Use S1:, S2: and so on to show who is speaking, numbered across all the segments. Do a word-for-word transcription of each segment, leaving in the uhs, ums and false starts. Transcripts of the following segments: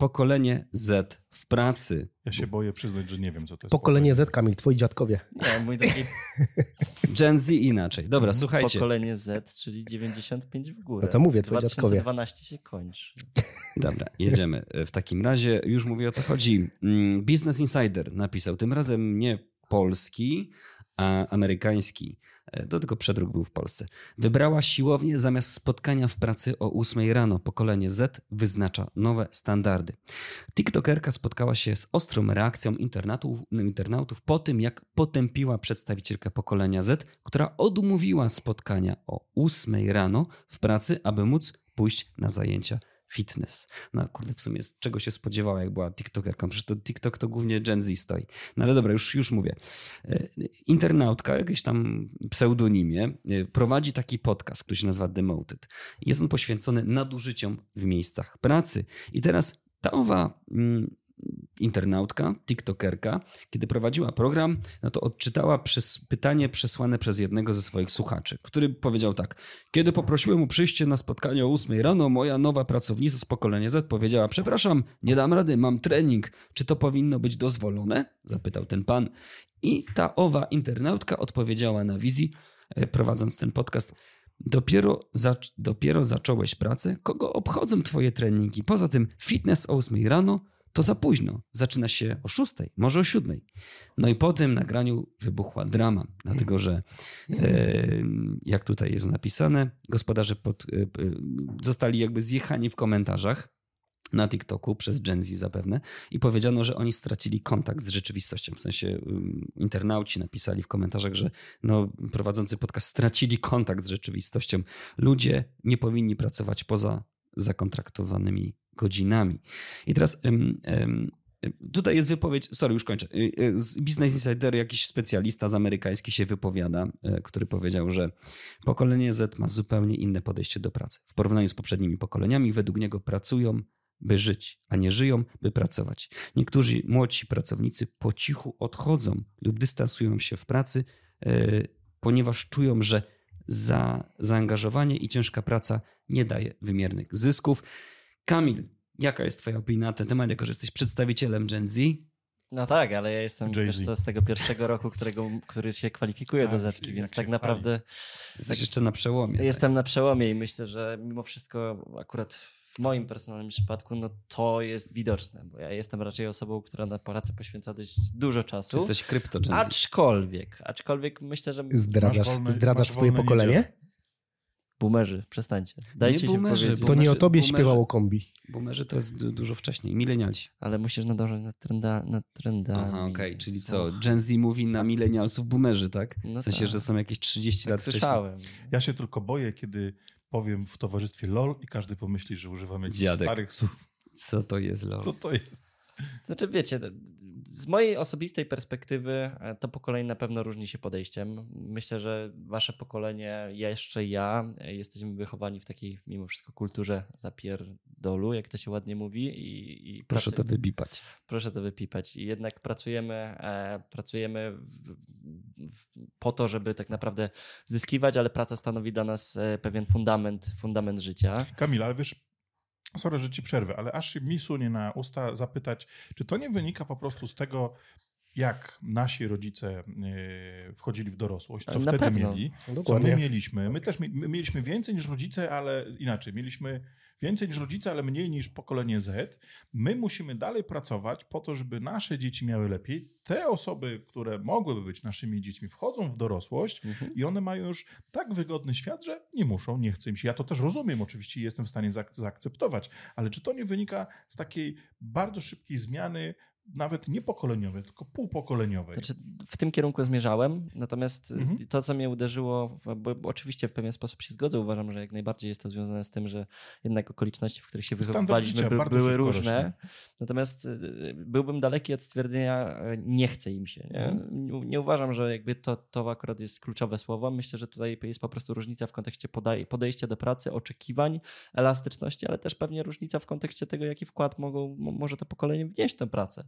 S1: pokolenie Z w pracy?
S2: Ja się boję przyznać, że nie wiem, co to jest.
S3: Pokolenie Z, Kamil, twoi dziadkowie.
S4: Nie, mój taki...
S1: Gen Z inaczej. Dobra, słuchajcie.
S4: Pokolenie Z, czyli dziewięćdziesiąt pięć w górę.
S3: No to mówię, twoi dziadkowie.
S4: dwa tysiące dwanaście się kończy.
S1: Dobra, jedziemy. W takim razie już mówię, o co chodzi. Business Insider napisał, tym razem nie polski, a amerykański. To tylko przedruk był w Polsce. Wybrała siłownię zamiast spotkania w pracy o ósmej rano. Pokolenie Z wyznacza nowe standardy. TikTokerka spotkała się z ostrą reakcją internautów, internautów po tym, jak potępiła przedstawicielkę pokolenia Z, która odmówiła spotkania o ósmej rano w pracy, aby móc pójść na zajęcia fitness. No kurde, w sumie z czego się spodziewała, jak była TikTokerką? Przecież to TikTok to głównie Gen Z stoi. No ale dobra, już, już mówię. Internautka, jakieś tam pseudonimie, prowadzi taki podcast, który się nazywa Demoted. Jest on poświęcony nadużyciom w miejscach pracy. I teraz ta owa mm, internautka, tiktokerka, kiedy prowadziła program, no to odczytała przez pytanie przesłane przez jednego ze swoich słuchaczy, który powiedział tak: kiedy poprosiłem o przyjście na spotkanie o ósmej rano, moja nowa pracownica z pokolenia Z powiedziała: przepraszam, nie dam rady, mam trening. Czy to powinno być dozwolone? Zapytał ten pan. I ta owa internautka odpowiedziała na wizji, prowadząc ten podcast: Dopiero, zac- dopiero zacząłeś pracę? Kogo obchodzą twoje treningi? Poza tym fitness o ósmej rano to za późno. Zaczyna się o szóstej, może o siódmej. No i po tym nagraniu wybuchła drama, dlatego że e, jak tutaj jest napisane, gospodarze pod, e, zostali jakby zjechani w komentarzach na TikToku przez Gen Z zapewne i powiedziano, że oni stracili kontakt z rzeczywistością. W sensie um, internauci napisali w komentarzach, że no, prowadzący podcast stracili kontakt z rzeczywistością. Ludzie nie powinni pracować poza zakontraktowanymi godzinami. I teraz um, um, tutaj jest wypowiedź, sorry, już kończę. Z Business Insider jakiś specjalista z amerykański się wypowiada, który powiedział, że pokolenie Z ma zupełnie inne podejście do pracy. W porównaniu z poprzednimi pokoleniami według niego pracują, by żyć, a nie żyją, by pracować. Niektórzy młodsi pracownicy po cichu odchodzą lub dystansują się w pracy, yy, ponieważ czują, że za zaangażowanie i ciężka praca nie daje wymiernych zysków. Kamil, jaka jest twoja opinia na ten temat, jako że jesteś przedstawicielem Gen Z?
S4: No tak, ale ja jestem wiesz co, z tego pierwszego roku, którego, który się kwalifikuje do Zetki, więc tak naprawdę...
S1: Jesteś jeszcze na przełomie.
S4: Jestem
S1: tak?
S4: na przełomie i myślę, że mimo wszystko akurat w moim personalnym przypadku, no to jest widoczne, bo ja jestem raczej osobą, która na pracę poświęca dość dużo czasu.
S1: Ty jesteś krypto Gen Z.
S4: Aczkolwiek, aczkolwiek myślę, że...
S3: Zdradzasz,
S2: wolne,
S3: zdradzasz swoje pokolenie?
S2: niedzielę.
S4: Boomerzy, przestańcie. Dajcie
S1: Nie
S4: się
S1: boomerzy,
S4: powiedzieć.
S3: To nie o tobie
S1: boomerzy-
S3: śpiewało kombi.
S1: Boomerzy to jest du- dużo wcześniej, milenialsi.
S4: Ale musisz nadążać nad, trenda, nad trendami.
S1: Aha, okej, okay. Czyli co,
S4: Słuchaj.
S1: Gen Z mówi na milenialsów boomerzy, tak?
S4: No
S1: w sensie,
S4: tak.
S1: że są jakieś trzydzieści lat
S4: Tak słyszałem.
S2: Ja się tylko boję, kiedy powiem w towarzystwie LOL i każdy pomyśli, że używam jakichś
S1: Dziadek.
S2: starych słów.
S1: wcześniej. Co to jest, lol?
S2: Co to jest?
S4: Znaczy wiecie, z mojej osobistej perspektywy to pokolenie na pewno różni się podejściem. Myślę, że wasze pokolenie, jeszcze ja, jesteśmy wychowani w takiej mimo wszystko kulturze zapierdolu, jak to się ładnie mówi. I, i
S1: Proszę
S4: pracy-
S1: to wybipać.
S4: Proszę to wypipać. I jednak pracujemy, e, pracujemy w, w, po to, żeby tak naprawdę zyskiwać, ale praca stanowi dla nas e, pewien fundament, fundament życia.
S2: Kamil, ale wiesz, sorry, że ci przerwę, ale aż mi sunie na usta zapytać, czy to nie wynika po prostu z tego, jak nasi rodzice yy, wchodzili w dorosłość, co
S4: Na
S2: wtedy
S4: pewno.
S2: mieli, co
S3: Dokładnie.
S2: my mieliśmy. My też mi, my mieliśmy więcej niż rodzice, ale inaczej. Mieliśmy więcej niż rodzice, ale mniej niż pokolenie Z. My musimy dalej pracować po to, żeby nasze dzieci miały lepiej. Te osoby, które mogłyby być naszymi dziećmi, wchodzą w dorosłość
S4: Mhm.
S2: i one mają już tak wygodny świat, że nie muszą, nie chce im się. Ja to też rozumiem oczywiście i jestem w stanie zaak- zaakceptować, ale czy to nie wynika z takiej bardzo szybkiej zmiany, nawet nie pokoleniowej, tylko półpokoleniowej?
S4: Znaczy, w tym kierunku zmierzałem, natomiast
S2: Mhm.
S4: to, co mnie uderzyło, bo, bo oczywiście w pewien sposób się zgodzę, uważam, że jak najbardziej jest to związane z tym, że jednak okoliczności, w których się
S2: Standard
S4: wychowywaliśmy,
S2: życia
S4: by,
S2: bardzo
S4: były
S2: szybko
S4: różne.
S2: rośnie.
S4: Natomiast y, byłbym daleki od stwierdzenia, y, nie chce im się. Nie,
S2: Mhm.
S4: nie, nie uważam, że jakby to, to akurat jest kluczowe słowo. Myślę, że tutaj jest po prostu różnica w kontekście podaj- podejścia do pracy, oczekiwań, elastyczności, ale też pewnie różnica w kontekście tego, jaki wkład mogą, mo- może to pokolenie wnieść w tę pracę.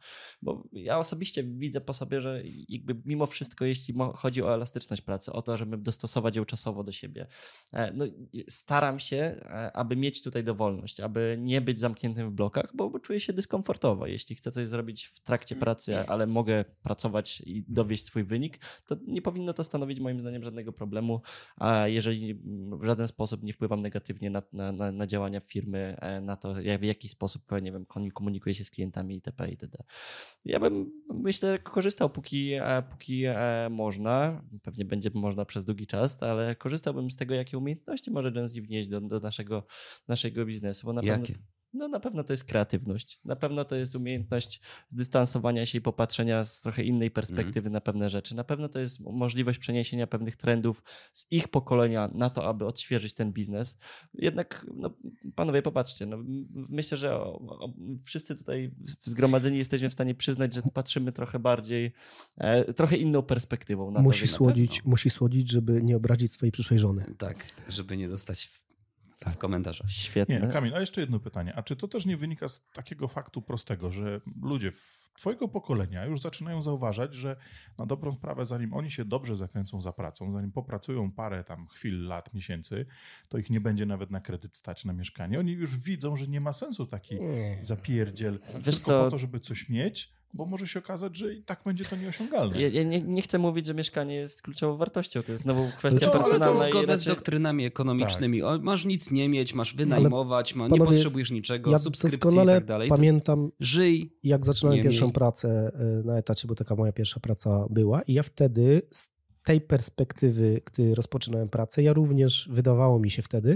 S4: Bo ja osobiście widzę po sobie, że jakby mimo wszystko, jeśli chodzi o elastyczność pracy, o to, żeby dostosować ją czasowo do siebie, no, staram się, aby mieć tutaj dowolność, aby nie być zamkniętym w blokach, bo, bo czuję się dyskomfortowo. Jeśli chcę coś zrobić w trakcie pracy, ale mogę pracować i dowieść swój wynik, to nie powinno to stanowić moim zdaniem żadnego problemu, a jeżeli w żaden sposób nie wpływam negatywnie na, na, na, na działania firmy, na to, jak, w jaki sposób, nie wiem, komunikuje się z klientami itp. itd. Ja bym, myślę, korzystał póki, póki można, pewnie będzie można przez długi czas, ale korzystałbym z tego, jakie umiejętności może Gen Z wnieść do, do naszego, naszego biznesu. Bo na
S1: jakie?
S4: Pewno, no na pewno to jest kreatywność. Na pewno to jest umiejętność zdystansowania się i popatrzenia z trochę innej perspektywy mm. na pewne rzeczy. Na pewno to jest możliwość przeniesienia pewnych trendów z ich pokolenia na to, aby odświeżyć ten biznes. Jednak, no, panowie, popatrzcie, no, myślę, że o, o, wszyscy tutaj zgromadzeni jesteśmy w stanie przyznać, że patrzymy trochę bardziej, e, trochę inną perspektywą na
S3: musi
S4: to.
S3: Słodzić, musi słodzić, żeby nie obrazić swojej przyszłej żony.
S1: Tak, żeby nie dostać w w komentarzach.
S4: Świetnie.
S2: Nie, Kamil, a jeszcze jedno pytanie. A czy to też nie wynika z takiego faktu prostego, że ludzie twojego pokolenia już zaczynają zauważać, że na dobrą sprawę, zanim oni się dobrze zakręcą za pracą, zanim popracują parę tam chwil, lat, miesięcy, to ich nie będzie nawet na kredyt stać na mieszkanie. Oni już widzą, że nie ma sensu taki zapierdziel,
S4: Wiesz
S2: tylko
S4: co?
S2: po to, żeby coś mieć, bo może się okazać, że i tak będzie to nieosiągalne.
S4: Ja, ja nie, nie chcę mówić, że mieszkanie jest kluczową wartością. To jest znowu kwestia
S2: No, ale to
S4: personalna.
S1: To
S4: i
S1: zgodne
S4: raczej...
S1: z doktrynami ekonomicznymi. Tak. O, masz nic nie mieć, masz wynajmować, ma, nie
S3: panowie,
S1: potrzebujesz niczego,
S3: ja
S1: subskrypcji i
S3: doskonale
S1: tak dalej.
S3: pamiętam,
S1: Żyj.
S3: jak zaczynałem
S1: nie
S3: pierwszą
S1: miej.
S3: pracę na etacie, bo taka moja pierwsza praca była i ja wtedy z tej perspektywy, gdy rozpoczynałem pracę, ja również wydawało mi się wtedy,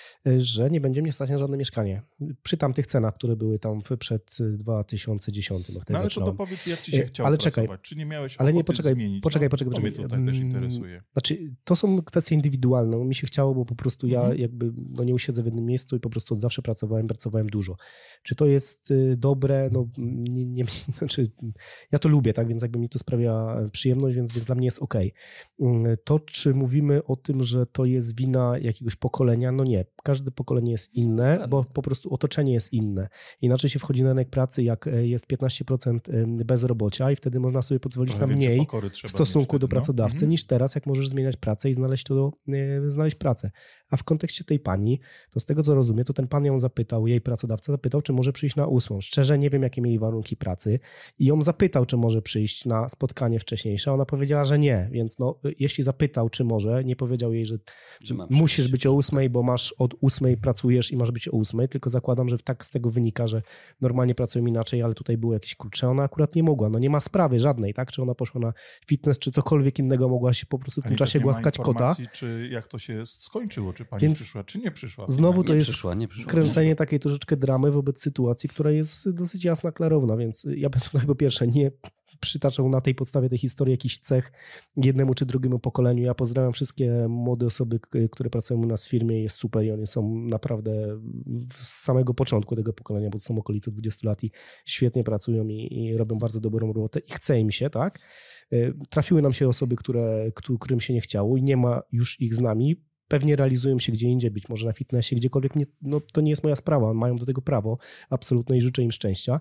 S3: że nie będzie mnie stać na żadne mieszkanie. Przy tamtych cenach, które były tam przed dwa tysiące dziesiątym.
S2: No ale to dopowiedz, jak ci się chciało
S3: ale
S2: pracować.
S3: Czekaj,
S2: Czy nie miałeś
S3: ale nie,
S2: ochoty
S3: poczekaj,
S2: zmienić?
S3: poczekaj,
S2: no,
S3: poczekaj,
S2: to
S3: poczekaj.
S2: mnie tutaj też interesuje.
S3: Znaczy, to są kwestie indywidualne. Mi się chciało, bo po prostu ja
S2: Mhm.
S3: jakby no, nie usiedzę w jednym miejscu i po prostu od zawsze pracowałem, pracowałem dużo. Czy to jest y, dobre? No nie, nie, znaczy, ja to lubię, tak, więc jakby mi to sprawia przyjemność, więc, więc dla mnie jest okej. Okay. To, czy mówimy o tym, że to jest wina jakiegoś pokolenia? No nie. Każde pokolenie jest inne, bo po prostu otoczenie jest inne. Inaczej się wchodzi na rynek pracy, jak jest piętnaście procent bezrobocia i wtedy można sobie pozwolić
S2: Trochę
S3: na mniej
S2: w
S3: stosunku do
S2: wtedy,
S3: pracodawcy,
S2: no.
S3: niż teraz, jak możesz zmieniać pracę i znaleźć to do, znaleźć pracę. A w kontekście tej pani, to z tego co rozumiem, to ten pan ją zapytał, jej pracodawca zapytał, czy może przyjść na ósmą. Szczerze nie wiem, jakie mieli warunki pracy i ją zapytał, czy może przyjść na spotkanie wcześniejsze. Ona powiedziała, że nie, więc no, jeśli zapytał, czy może, nie powiedział jej, że,
S1: Że ma
S3: musisz
S1: przyjść.
S3: być o ósmej, bo masz od ósmej pracujesz i masz być o ósmej, tylko zakładam, że tak z tego wynika, że normalnie pracują inaczej, ale tutaj było jakieś krótsze. Ona akurat nie mogła, no nie ma sprawy żadnej, tak? Czy ona poszła na fitness, czy cokolwiek innego, mogła się po prostu w tym
S2: Pani
S3: czasie
S2: też nie ma
S3: głaskać kota.
S2: informacji, czy jak to się skończyło, czy pani
S3: Więc
S2: przyszła, czy nie przyszła.
S3: Znowu to
S1: Nie
S3: jest
S1: przyszła, nie przyszła.
S3: kręcenie takiej troszeczkę dramy wobec sytuacji, która jest dosyć jasna, klarowna, więc ja bym tutaj po pierwsze nie przytaczał na tej podstawie tej historii jakiś cech jednemu czy drugiemu pokoleniu. Ja pozdrawiam wszystkie młode osoby, które pracują u nas w firmie. Jest super i oni są naprawdę z samego początku tego pokolenia, bo to są okolice dwudziestu lat i świetnie pracują i, i robią bardzo dobrą robotę i chce im się, tak? Trafiły nam się osoby, które, którym się nie chciało i nie ma już ich z nami. Pewnie realizują się gdzie indziej, być może na fitnessie, gdziekolwiek, nie, no to nie jest moja sprawa, mają do tego prawo absolutne i życzę im szczęścia.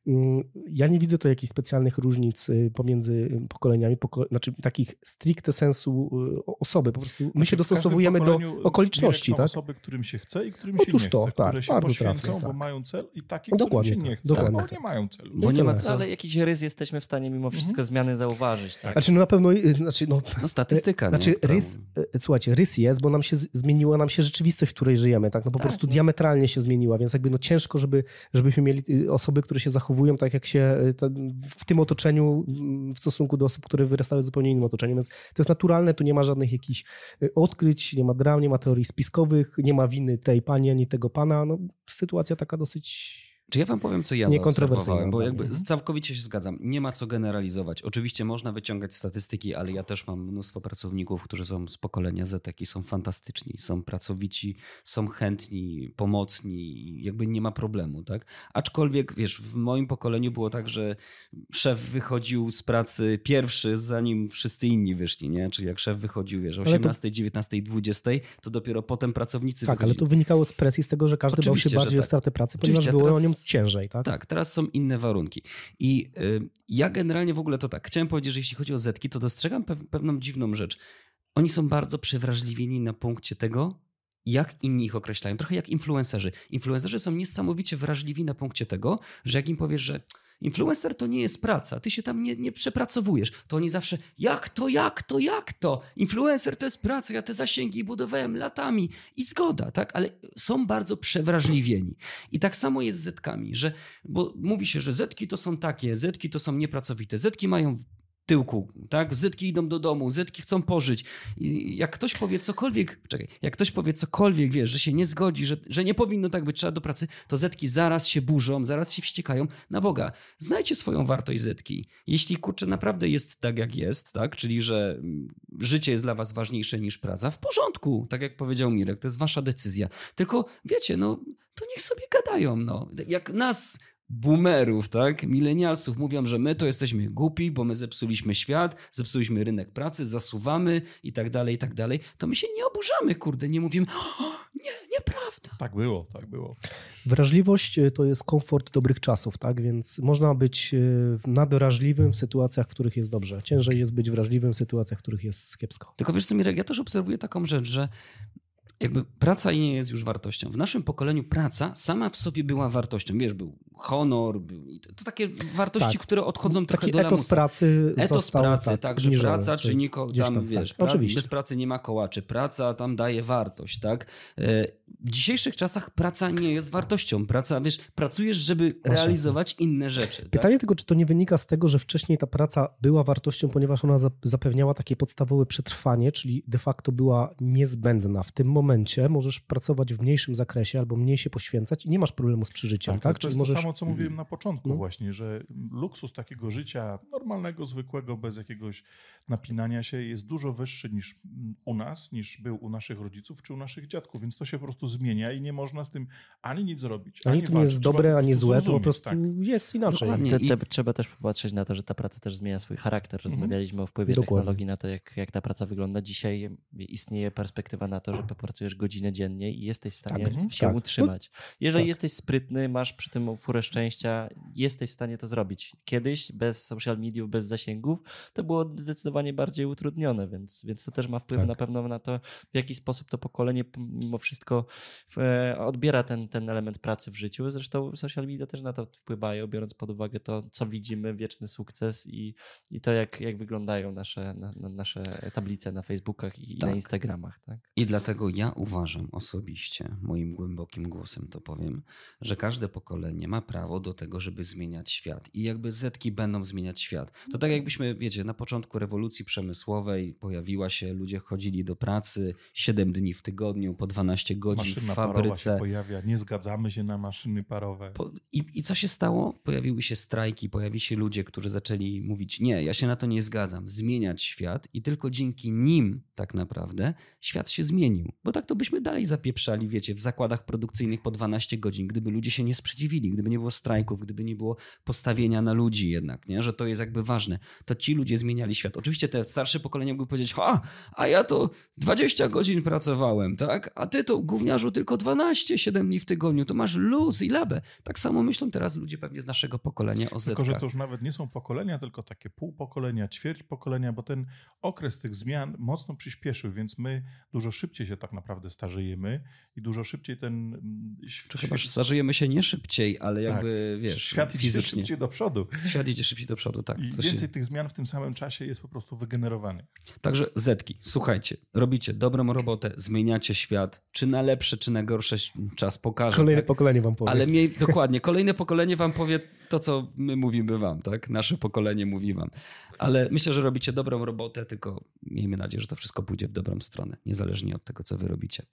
S3: Ja nie widzę tu jakichś specjalnych różnic pomiędzy pokoleniami, poko- znaczy takich stricte sensu osoby, po prostu my
S2: Znaczy,
S3: się dostosowujemy do okoliczności.
S2: Są
S3: tak?
S2: osoby, którym się chce i którym
S3: Otóż
S2: się nie
S3: to,
S2: chce,
S3: tak,
S2: które się
S3: bardzo
S2: poświęcą,
S3: trafnie,
S2: bo
S3: tak.
S2: mają cel i takie,
S3: Dokładnie
S2: którym się nie
S3: tak,
S2: chce,
S3: dokładnie
S2: bo
S3: tak.
S2: nie mają celu.
S3: No
S1: nie ma
S3: tyle.
S1: co.
S4: Ale jakiś rys jesteśmy w stanie mimo wszystko
S2: Mhm.
S4: zmiany zauważyć. Tak?
S3: Znaczy no na pewno, znaczy no,
S1: No statystyka,
S3: Znaczy
S1: nie? Która-
S3: rys, e, słuchajcie, rys jest, bo nam się z- zmieniła nam się rzeczywistość, w której żyjemy, tak? No po
S4: Tak,
S3: prostu
S4: no.
S3: diametralnie się zmieniła, więc jakby no ciężko, żeby, żebyśmy mieli y, osoby, które się zachowują tak, jak się y, ta, w tym otoczeniu mm, w stosunku do osób, które wyrastały w zupełnie innym otoczeniu, więc to jest naturalne, tu nie ma żadnych jakichś y, odkryć, nie ma dram, nie ma teorii spiskowych, nie ma winy tej pani, ani tego pana, no sytuacja taka dosyć...
S1: Czy ja wam powiem, co ja
S3: Niekontrowersyjna,
S1: zaobserwowałem, bo
S3: tak.
S1: jakby
S3: Mhm.
S1: całkowicie się zgadzam. Nie ma co generalizować. Oczywiście można wyciągać statystyki, ale ja też mam mnóstwo pracowników, którzy są z pokolenia Z i są fantastyczni, są pracowici, są chętni, pomocni, jakby nie ma problemu, tak? Aczkolwiek, wiesz, w moim pokoleniu było tak, że szef wychodził z pracy pierwszy, zanim wszyscy inni wyszli, nie? Czyli jak szef wychodził, wiesz, o
S3: Ale to-
S1: osiemnastej, dziewiętnastej, dwudziestej, to dopiero potem pracownicy
S3: Tak, ale
S1: wychodzili.
S3: to wynikało z presji, z tego, że każdy bał się
S1: Oczywiście, że
S3: bardziej o
S1: tak.
S3: stratę pracy, ponieważ
S1: Oczywiście, a
S3: było o
S1: teraz
S3: nią jest ciężej, tak?
S1: Tak, teraz są inne warunki. I y, ja generalnie w ogóle to tak, chciałem powiedzieć, że jeśli chodzi o zetki, to dostrzegam pew- pewną dziwną rzecz. Oni są bardzo przewrażliwieni na punkcie tego, jak inni ich określają. Trochę jak influencerzy. Influencerzy są niesamowicie wrażliwi na punkcie tego, że jak im powiesz, że influencer to nie jest praca, ty się tam nie, nie przepracowujesz, to oni zawsze jak to, jak to, jak to? Influencer to jest praca, ja te zasięgi budowałem latami i zgoda, tak? Ale są bardzo przewrażliwieni. I tak samo jest z zetkami, że, bo mówi się, że zetki to są takie, zetki to są niepracowite, zetki mają tyłku, tak? Zetki idą do domu, zetki chcą pożyć. I jak ktoś powie cokolwiek, czekaj, jak ktoś powie cokolwiek, wiesz, że się nie zgodzi, że, że nie powinno tak być, trzeba do pracy, to zetki zaraz się burzą, zaraz się wściekają. Na Boga, znajcie swoją wartość zetki. Jeśli, kurczę, naprawdę jest tak, jak jest, tak? Czyli, że życie jest dla was ważniejsze niż praca, w porządku, tak jak powiedział Mirek, to jest wasza decyzja. Tylko, wiecie, no, to niech sobie gadają, no. Jak nas boomerów, tak, milenialsów mówią, że my to jesteśmy głupi, bo my zepsuliśmy świat, zepsuliśmy rynek pracy, zasuwamy i tak dalej, i tak dalej, to my się nie oburzamy, kurde, nie mówimy, o, nie, nieprawda.
S2: Tak było, tak było.
S3: Wrażliwość to jest komfort dobrych czasów, tak, więc można być nadwrażliwym w sytuacjach, w których jest dobrze. Ciężej jest być wrażliwym w sytuacjach, w których jest kiepsko.
S1: Tylko wiesz co, Mirek, ja też obserwuję taką rzecz, że jakby praca nie jest już wartością. W naszym pokoleniu praca sama w sobie była wartością. Wiesz, był honor, był, to takie wartości,
S3: tak.
S1: które odchodzą
S3: Taki
S1: trochę do
S3: etos
S1: lamusa.
S3: pracy
S1: Etos
S3: został,
S1: pracy,
S3: tak,
S1: tak, że
S3: obniżony,
S1: praca
S3: czy
S1: czyni, ko- tam,
S3: tam,
S1: wiesz,
S3: tak.
S1: pra-
S3: Oczywiście.
S1: bez pracy nie ma kołaczy. Praca tam daje wartość, tak? W dzisiejszych czasach praca nie jest wartością. Praca, wiesz, pracujesz, żeby
S3: Masz
S1: realizować rację. inne rzeczy.
S3: Pytanie
S1: tak?
S3: tylko, czy to nie wynika z tego, że wcześniej ta praca była wartością, ponieważ ona zapewniała takie podstawowe przetrwanie, czyli de facto była niezbędna. W tym momencie możesz pracować w mniejszym zakresie albo mniej się poświęcać i nie masz problemu z przeżyciem.
S2: Tak,
S3: tak?
S2: to
S3: Czyli
S2: jest
S3: możesz...
S2: to samo, co mówiłem na początku
S3: no.
S2: właśnie, że luksus takiego życia normalnego, zwykłego, bez jakiegoś napinania się jest dużo wyższy niż u nas, niż był u naszych rodziców czy u naszych dziadków, więc to się po prostu zmienia i nie można z tym ani nic zrobić,
S3: Ani
S2: ani
S3: to nie jest
S2: walczyć.
S3: dobre,
S2: Trzeba
S3: ani złe, to po
S2: zrozumieć,
S3: prostu
S2: tak.
S3: jest inaczej.
S1: Dokładnie.
S4: Te,
S1: I-
S4: te, trzeba też popatrzeć na to, że ta praca też zmienia swój charakter. Rozmawialiśmy o wpływie
S3: Dokładnie.
S4: technologii na to, jak, jak ta praca wygląda. Dzisiaj istnieje perspektywa na to, że popracujesz godzinę dziennie i jesteś w stanie
S3: Tak,
S4: się
S3: tak.
S4: utrzymać. Jeżeli
S3: tak.
S4: jesteś sprytny, masz przy tym furę szczęścia, jesteś w stanie to zrobić. Kiedyś bez social mediów, bez zasięgów, to było zdecydowanie bardziej utrudnione, więc, więc to też ma wpływ
S3: Tak.
S4: na pewno na to, w jaki sposób to pokolenie mimo wszystko e, odbiera ten, ten element pracy w życiu. Zresztą social media też na to wpływają, biorąc pod uwagę to, co widzimy, wieczny sukces i, i to, jak, jak wyglądają nasze, na, na nasze tablice na Facebookach i
S1: Tak.
S4: na Instagramach. Tak?
S1: I dlatego ja uważam osobiście, moim głębokim głosem to powiem, że każde pokolenie ma prawo do tego, żeby zmieniać świat. I jakby zetki będą zmieniać świat. To tak jakbyśmy, wiecie, na początku rewolucji przemysłowej pojawiła się, ludzie chodzili do pracy siedem dni w tygodniu, po dwanaście godzin
S2: Maszyna
S1: w
S2: parowa
S1: fabryce.
S2: się pojawia, nie zgadzamy się na maszyny parowe.
S1: Po, i, I co się stało? Pojawiły się strajki, pojawili się ludzie, którzy zaczęli mówić, nie, ja się na to nie zgadzam, zmieniać świat i tylko dzięki nim tak naprawdę świat się zmienił. Bo tak to byśmy dalej zapieprzali, wiecie, w zakładach produkcyjnych po dwanaście godzin, gdyby ludzie się nie sprzeciwili, gdyby nie było strajków, gdyby nie było postawienia na ludzi jednak, nie? Że to jest jakby ważne. To ci ludzie zmieniali świat. Oczywiście te starsze pokolenia mogły powiedzieć, a, a ja to dwadzieścia godzin pracowałem, tak? A ty to, gówniarzu, tylko dwanaście, siedem dni w tygodniu, to masz luz i labę. Tak samo myślą teraz ludzie pewnie z naszego pokolenia o
S2: Tylko, że
S1: zetkach.
S2: to już nawet nie są pokolenia, tylko takie pół pokolenia, ćwierć pokolenia, bo ten okres tych zmian mocno przyspieszył, więc my dużo szybciej się tak naprawdę starzejemy i dużo szybciej ten
S1: Czy chyba starzejemy się nie szybciej, ale jakby,
S2: tak,
S1: wiesz,
S2: świat idzie
S1: fizycznie.
S2: szybciej do przodu.
S1: Świat idzie szybciej do przodu, tak.
S2: I
S1: To
S2: więcej
S1: się...
S2: tych zmian w tym samym czasie jest po prostu wygenerowanych.
S1: Także zetki, słuchajcie, robicie dobrą robotę, zmieniacie świat, czy na lepsze, czy na gorsze, czas pokaże.
S3: Kolejne
S1: tak?
S3: pokolenie wam powie.
S1: Ale miej, dokładnie, kolejne pokolenie wam powie to, co my mówimy wam, tak? Nasze pokolenie mówi wam. Ale myślę, że robicie dobrą robotę, tylko miejmy nadzieję, że to wszystko pójdzie w dobrą stronę, niezależnie od tego, co wy robicie.